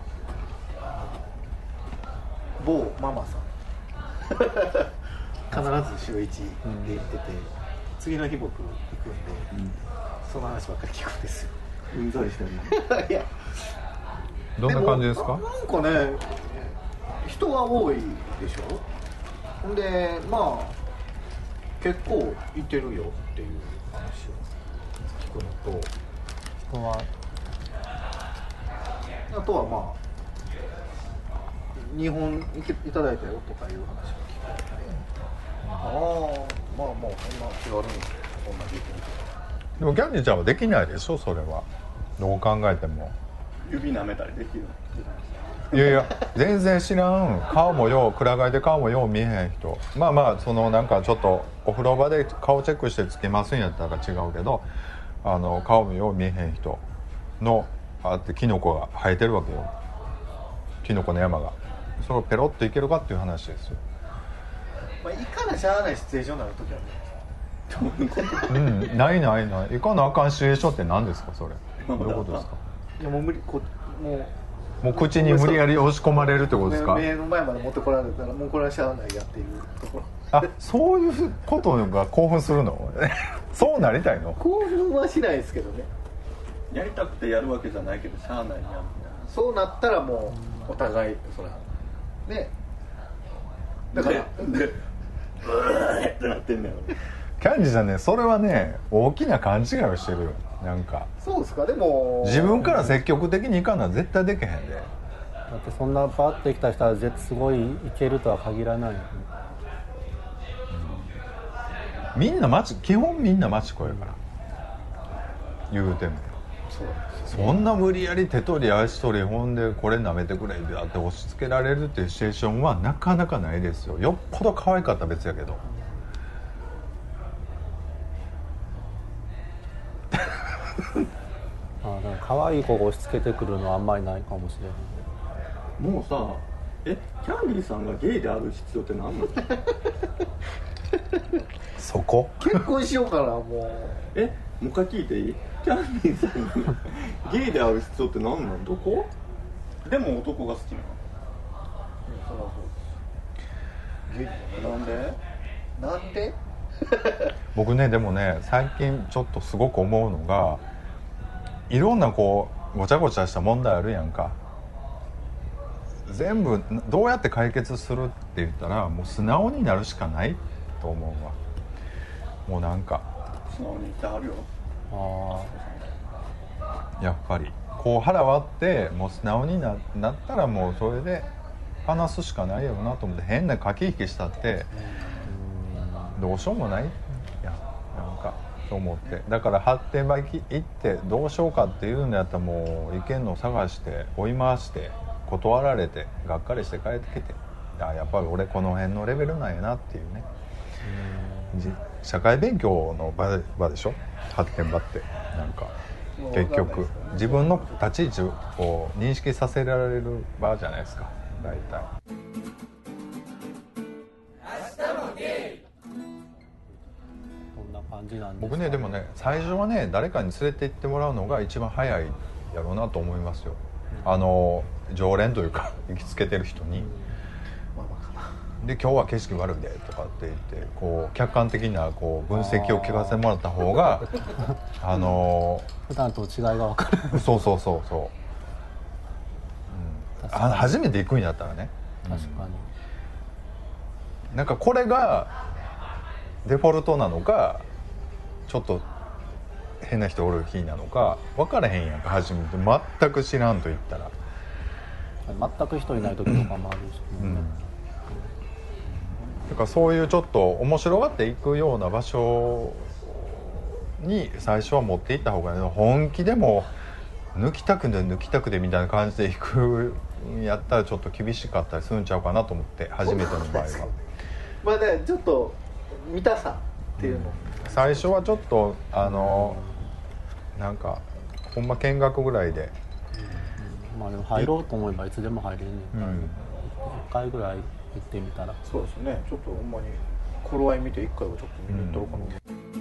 某ママさん必ず週1で行ってて、次の日僕行くんで、その話ばっかり聞くんですよ。 うんざりしてるいや、 どんな感じですか。 なんかね、人が多いでしょ。ほんで結構いてるよっていう話を聞くのと、 人はあとは日本いただいたよとかいう話を聞くので、こんな気軽にこんなできる。 でもキャンディーちゃんはできないでしょ、それは。どう考えても。 指舐めたりできるいやいや、全然知らん。顔もよう、暗がりで顔もよう見えへん人。そのなんかちょっとお風呂場で顔チェックしてつけますんやったら違うけど、顔もよう見えへん人のってキノコが生えてるわけよ。キノコの山が。それをペロッといけるかっていう話ですよ。 いかなしゃあないシチュエーションになるときはね。 ない行かなあかんシチュエーションって何ですか、それ。どういうことですか。 いやもう無理、 もう口に無理やり押し込まれるってことですか。 目の前まで持ってこられたらもうこれはしゃあないやっていうところ。 そういうことが興奮するのそうなりたいの。 興奮はしないですけどね。 やりたくてやるわけじゃないけどしゃあないやんみたいな。 そうなったらもうお互いそらね。だからでうーってなってんねやろ。 キャンディーさんね、それはね大きな勘違いをしてるよ。なんかそうですか。でも自分から積極的にいかんのは絶対できへんで。 だってそんなパッてきた人はすごいいけるとは限らないよね。 みんな基本みんなマチコやから、言うてもそんな無理やり手取り足取りほんでこれ舐めてくれって押し付けられるっていうシチュエーションはなかなかないですよ。よっぽど可愛かったら別やけど。 だから可愛い子が押し付けてくるのはあんまりないかもしれない。 もうさ、キャンディーさんがゲイである必要って何なの？ そこ結婚しようかな。もう一回聞いていい？キャンディーさんがゲイである必要って何なの？どこ？でも男が好きなの？ そりゃそうです。ゲイなんで僕ね、でもね最近ちょっとすごく思うのが、いろんなこうごちゃごちゃした問題あるやんか。全部どうやって解決するって言ったらもう素直になるしかないと思うわ。もうなんか素直に言ってあるよ。 やっぱりこう腹割ってもう素直に なったらもうそれで話すしかないよなと思って、変な駆け引きしたってどうしようもないやなんかと思って、だから発展場行ってどうしようかっていうんやったらもう意見の探して追い回して断られてがっかりして帰ってきて、やっぱり俺この辺のレベルなんやなっていうね。社会勉強の場でしょ、発展場って。なんか結局自分の立ち位置を認識させられる場じゃないですか大体。 そんな感じなんですかね。 僕ねでもね最初はね誰かに連れて行ってもらうのが一番早いやろうなと思いますよ。常連というか行きつけてる人に、で今日は景色悪いでとかって言ってこう客観的なこう分析を聞かせてもらった方が普段と違いが分かる。 そう、初めて行くんやったらね。 確かに、 なんかこれがデフォルトなのかちょっと変な人おる日なのか分からへんやんか。初めて全く知らんと言ったら全く人いない時とかもあるし、 だからそういうちょっと面白がっていくような場所に最初は持っていった方が、ね、本気でも抜きたくてみたいな感じでいくやったらちょっと厳しかったりするんちゃうかなと思って、初めての場合はまあね、ちょっと見たさっていうの、 最初はちょっとなんかほんま見学ぐらいで、 まあでも入ろうと思えばいつでも入れるねんから、1回ぐらい行ってみたら。 そうですね。ちょっとほんまに頃合い見て1回はちょっと見に行ったろうかな。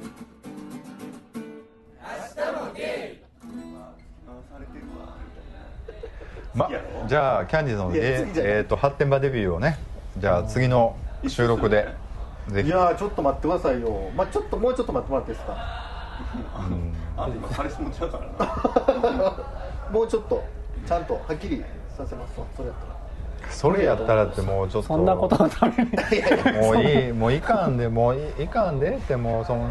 じゃあキャンディーズの発展場デビューをね、じゃあ次の収録でぜひ。 いやちょっと待ってくださいよ。もうちょっと待ってもらっていいですか。 今彼氏持ちだからな。 もうちょっとちゃんとはっきりさせますわ。 それやったらってもうちょっとそんなことのためにもういかんでってもうそんな。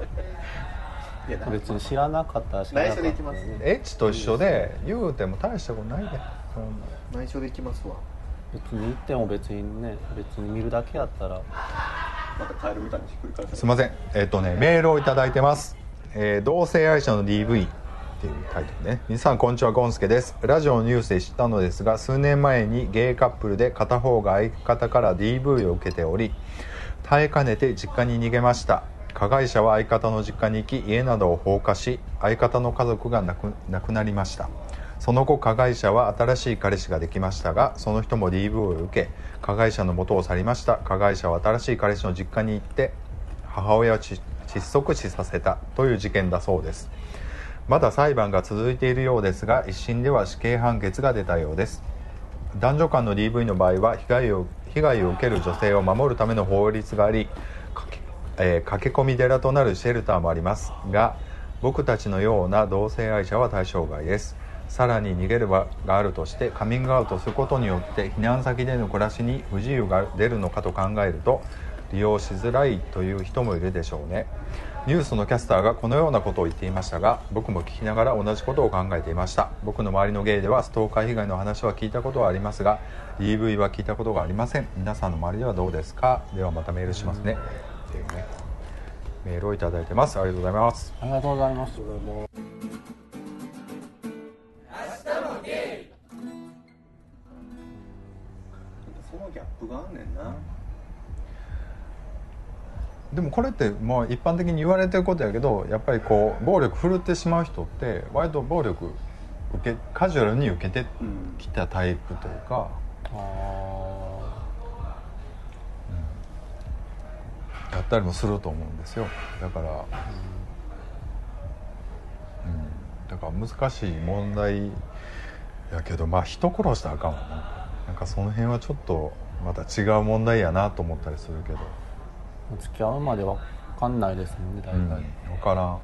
別に知らなかったら知らなかったら、ね、 エッチと一緒で言うても大したことないで。 内緒で行きますわ。 別に行っても別に見るだけやったらまたカエルみたいにひっくり返す。 すいません、メールをいただいてます。同性愛者の DVっていうタイトルね。皆さんこんにちは、ゴンスケです。ラジオのニュースで知ったのですが、数年前にゲイカップルで片方が相方から DV を受けており、耐えかねて実家に逃げました。加害者は相方の実家に行き、家などを放火し、相方の家族が亡くなりました。その後加害者は新しい彼氏ができましたが、その人も DV を受け加害者の元を去りました。加害者は新しい彼氏の実家に行って母親を窒息死させたという事件だそうです。まだ裁判が続いているようですが、一審では死刑判決が出たようです。男女間の DV の場合は被害を受ける女性を守るための法律があり、駆け込み寺となるシェルターもありますが、僕たちのような同性愛者は対象外です。さらに逃げる場があるとしてカミングアウトすることによって避難先での暮らしに不自由が出るのかと考えると、 利用しづらいという人もいるでしょうね。ニュースのキャスターがこのようなことを言っていましたが、僕も聞きながら同じことを考えていました。僕の周りのゲイではストーカー被害の話は聞いたことはありますが、 DV は聞いたことがありません。皆さんの周りではどうですか。ではまたメールしますねっていうね、メールをいただいてます。ありがとうございます。 ありがとうございます。 そのギャップがあんねんな。 でもこれってもう一般的に言われてることやけど、やっぱりこう暴力振るってしまう人って割と暴力カジュアルに受けてきたタイプというか、やったりもすると思うんですよ。だから、だから難しい問題やけど、まあ人殺したらあかんわな。なんかその辺はちょっとまた違う問題やなと思ったりするけど、 付き合うまで分かんないですもんね、大体。 分からん。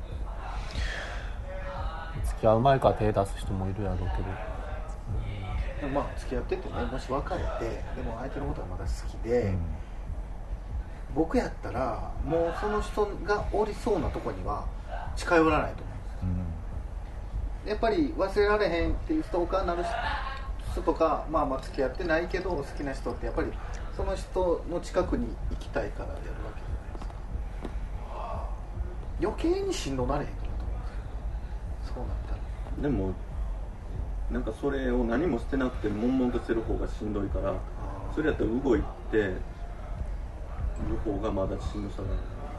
付き合う前から手出す人もいるやろうけど、 でもまあ付き合っててね、もし別れてでも相手のことがまだ好きで、僕やったらもうその人がおりそうなとこには近寄らないと思うんです、やっぱり忘れられへんっていうストーカーになる人とか、まあまあ付き合ってないけど好きな人ってやっぱりその人の近くに行きたいからやるわけじゃないですか。余計にしんどなれへんかなと思うんですよ、そうなったら。 でもなんかそれを何もしてなくて悶々としてる方がしんどいから、それやったら動いてる方がまだしんどさがない。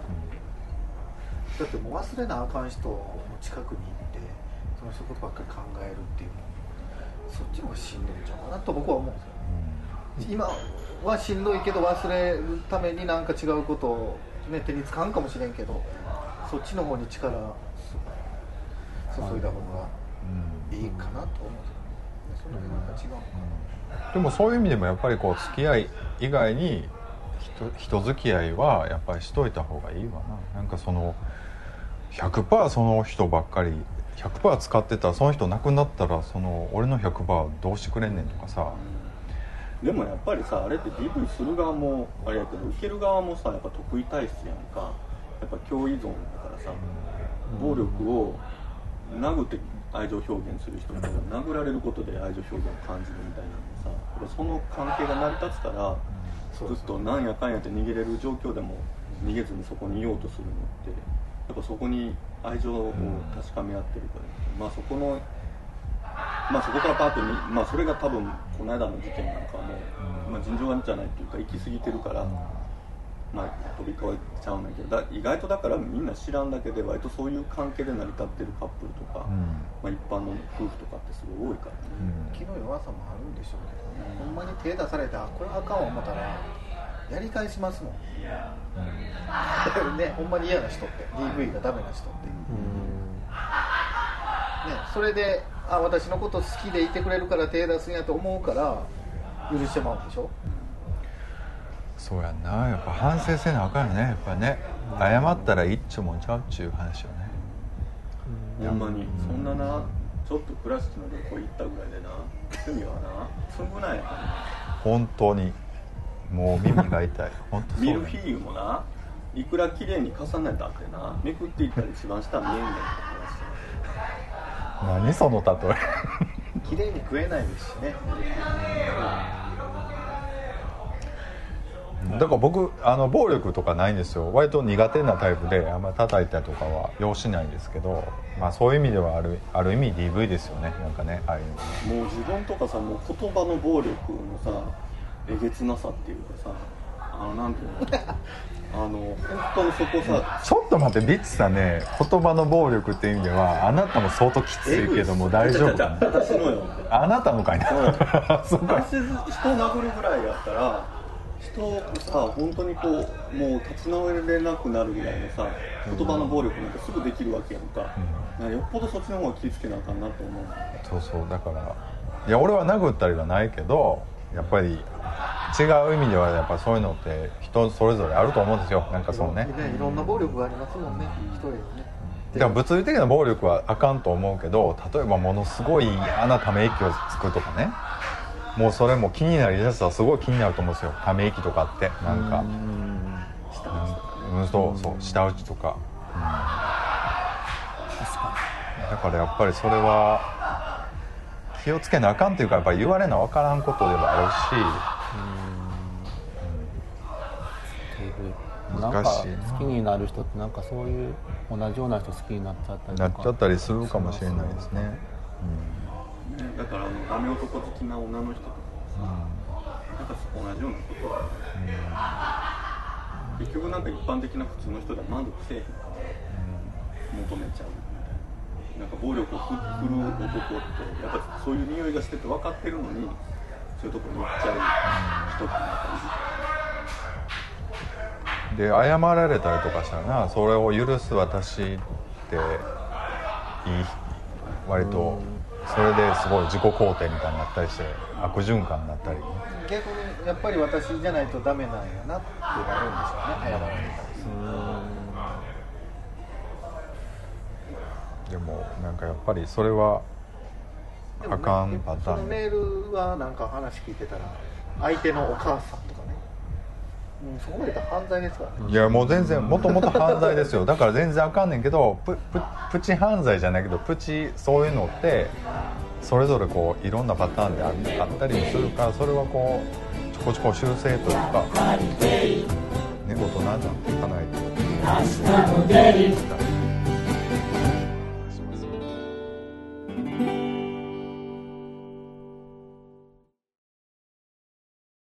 だってもう忘れなあかん人の近くに行ってその人のことばっかり考えるっていうの、そっちの方がしんどいんちゃうかなと僕は思うんですよ、今はしんどいけど忘れるためになんか違うことを、ね、手につかんかもしれんけど、そっちの方に力注いだ方がいいかなと思うんですよね。それはなんか違うのかな。 でもそういう意味でもやっぱりこう付き合い以外に人付き合いはやっぱりしといた方がいいわな。なんかその 100% その人ばっかり 100% 使ってたら、その人亡くなったらその俺の 100% どうしてくれんねんとかさ、 でもやっぱりさ、あれって DV する側もあれやけど受ける側もさ、やっぱ得意体質やんか。やっぱ共依存だからさ、暴力を殴って愛情表現する人も殴られることで愛情表現を感じるみたいなのでさ、その関係が成り立つからずっとなんやかんやって逃げれる状況でも逃げずにそこにいようとするのって、やっぱそこに愛情を確かめ合ってるから、まあそこのそこからパーッとに、それが多分この間の事件なんかも、尋常じゃないっていうか行き過ぎてるから、飛び越えちゃうんだけど、意外とだからみんな知らんだけで割とそういう関係で成り立ってるカップルとか、一般の夫婦とかってすごい多いからね。 気の弱さもあるんでしょうけどね、ほんまに手出されたらこれあかん思ったらやり返しますもん、ね、ほんまに嫌な人って DV がダメな人って、それで私のこと好きでいてくれるから手出すんやと思うから許してまうんでしょ。 そうやんな。やっぱ反省せなあかんよね、やっぱね。謝ったらいいっちゅうもんちゃうっちゅう話よね。 ほんまにそんなな、ちょっと倉敷の旅行行ったぐらいでな、罪はな償えへん。 本当にもう耳が痛い。本当そうミルフィーユもないくら綺麗に重ねたってな、めくっていったら一番下見えんねんって話。何その例え。 綺麗に食えないですしね。 だから僕暴力とかないんですよ。割と苦手なタイプであんま叩いたりとかは要しないんですけど、そういう意味ではある意味 DV ですよね。なんかね、ああいうのもう自分とかさ、もう言葉の暴力のさえげつなさっていうかさ、なんていうの本当にそこさ、 ちょっと待って、ビッチさんね、言葉の暴力っていう意味ではあなたも相当きついけども大丈夫かな。 私のよ、 あなたもかいな。 そうか。人殴るぐらいやったら人をさ、本当にこうもう立ち直れなくなるぐらいのさ、言葉の暴力なんかすぐできるわけやんか。よっぽどそっちの方が気ぃつけなあかんなと思う。 そうだから、いや俺は殴ったりはないけど、やっぱり違う意味ではやっぱそういうのって人それぞれあると思うんですよ。なんかそうね、 いろんな暴力がありますもんね、一人でね。 だから物理的な暴力はあかんと思うけど、例えばものすごい嫌なため息をつくとかね、もうそれも気になりだしたらすごい気になると思うんですよ。ため息とかってなんかそうそう舌打ちとか、 確かだからやっぱりそれは気をつけなあかんっていうか、やっぱり言われな分からんことでもあるし、 なんか難しいな。 好きになる人ってなんかそういう同じような人好きになっちゃったりとかなっちゃったりするかもしれないですね。 だからダメ男好きな女の人とかなんか同じようなこと、結局なんか一般的な普通の人では満足せえへんから求めちゃうみたいな。なんか暴力を振る男ってやっぱそういう匂いがしてて分かってるのにそういうとこに行っちゃう人ってなんかいる。 で謝られたりとかしたらな、それを許す私っていい、割とそれですごい自己肯定みたいになったりして悪循環になったり、 逆にやっぱり私じゃないとダメなんやなってなるんでしょうね、謝られたりする。 でもなんかやっぱりそれはあかんパターン。 そのメールはなんか話聞いてたら相手のお母さんとかね、そこまで言ったら犯罪ですからね。 いやもう全然もともと犯罪ですよ。だから全然あかんねんけど、プチ犯罪じゃないけどプチそういうのってそれぞれこういろんなパターンであったりもするから、それはこうちょこちょこ修正というかね、大人になっていかないと。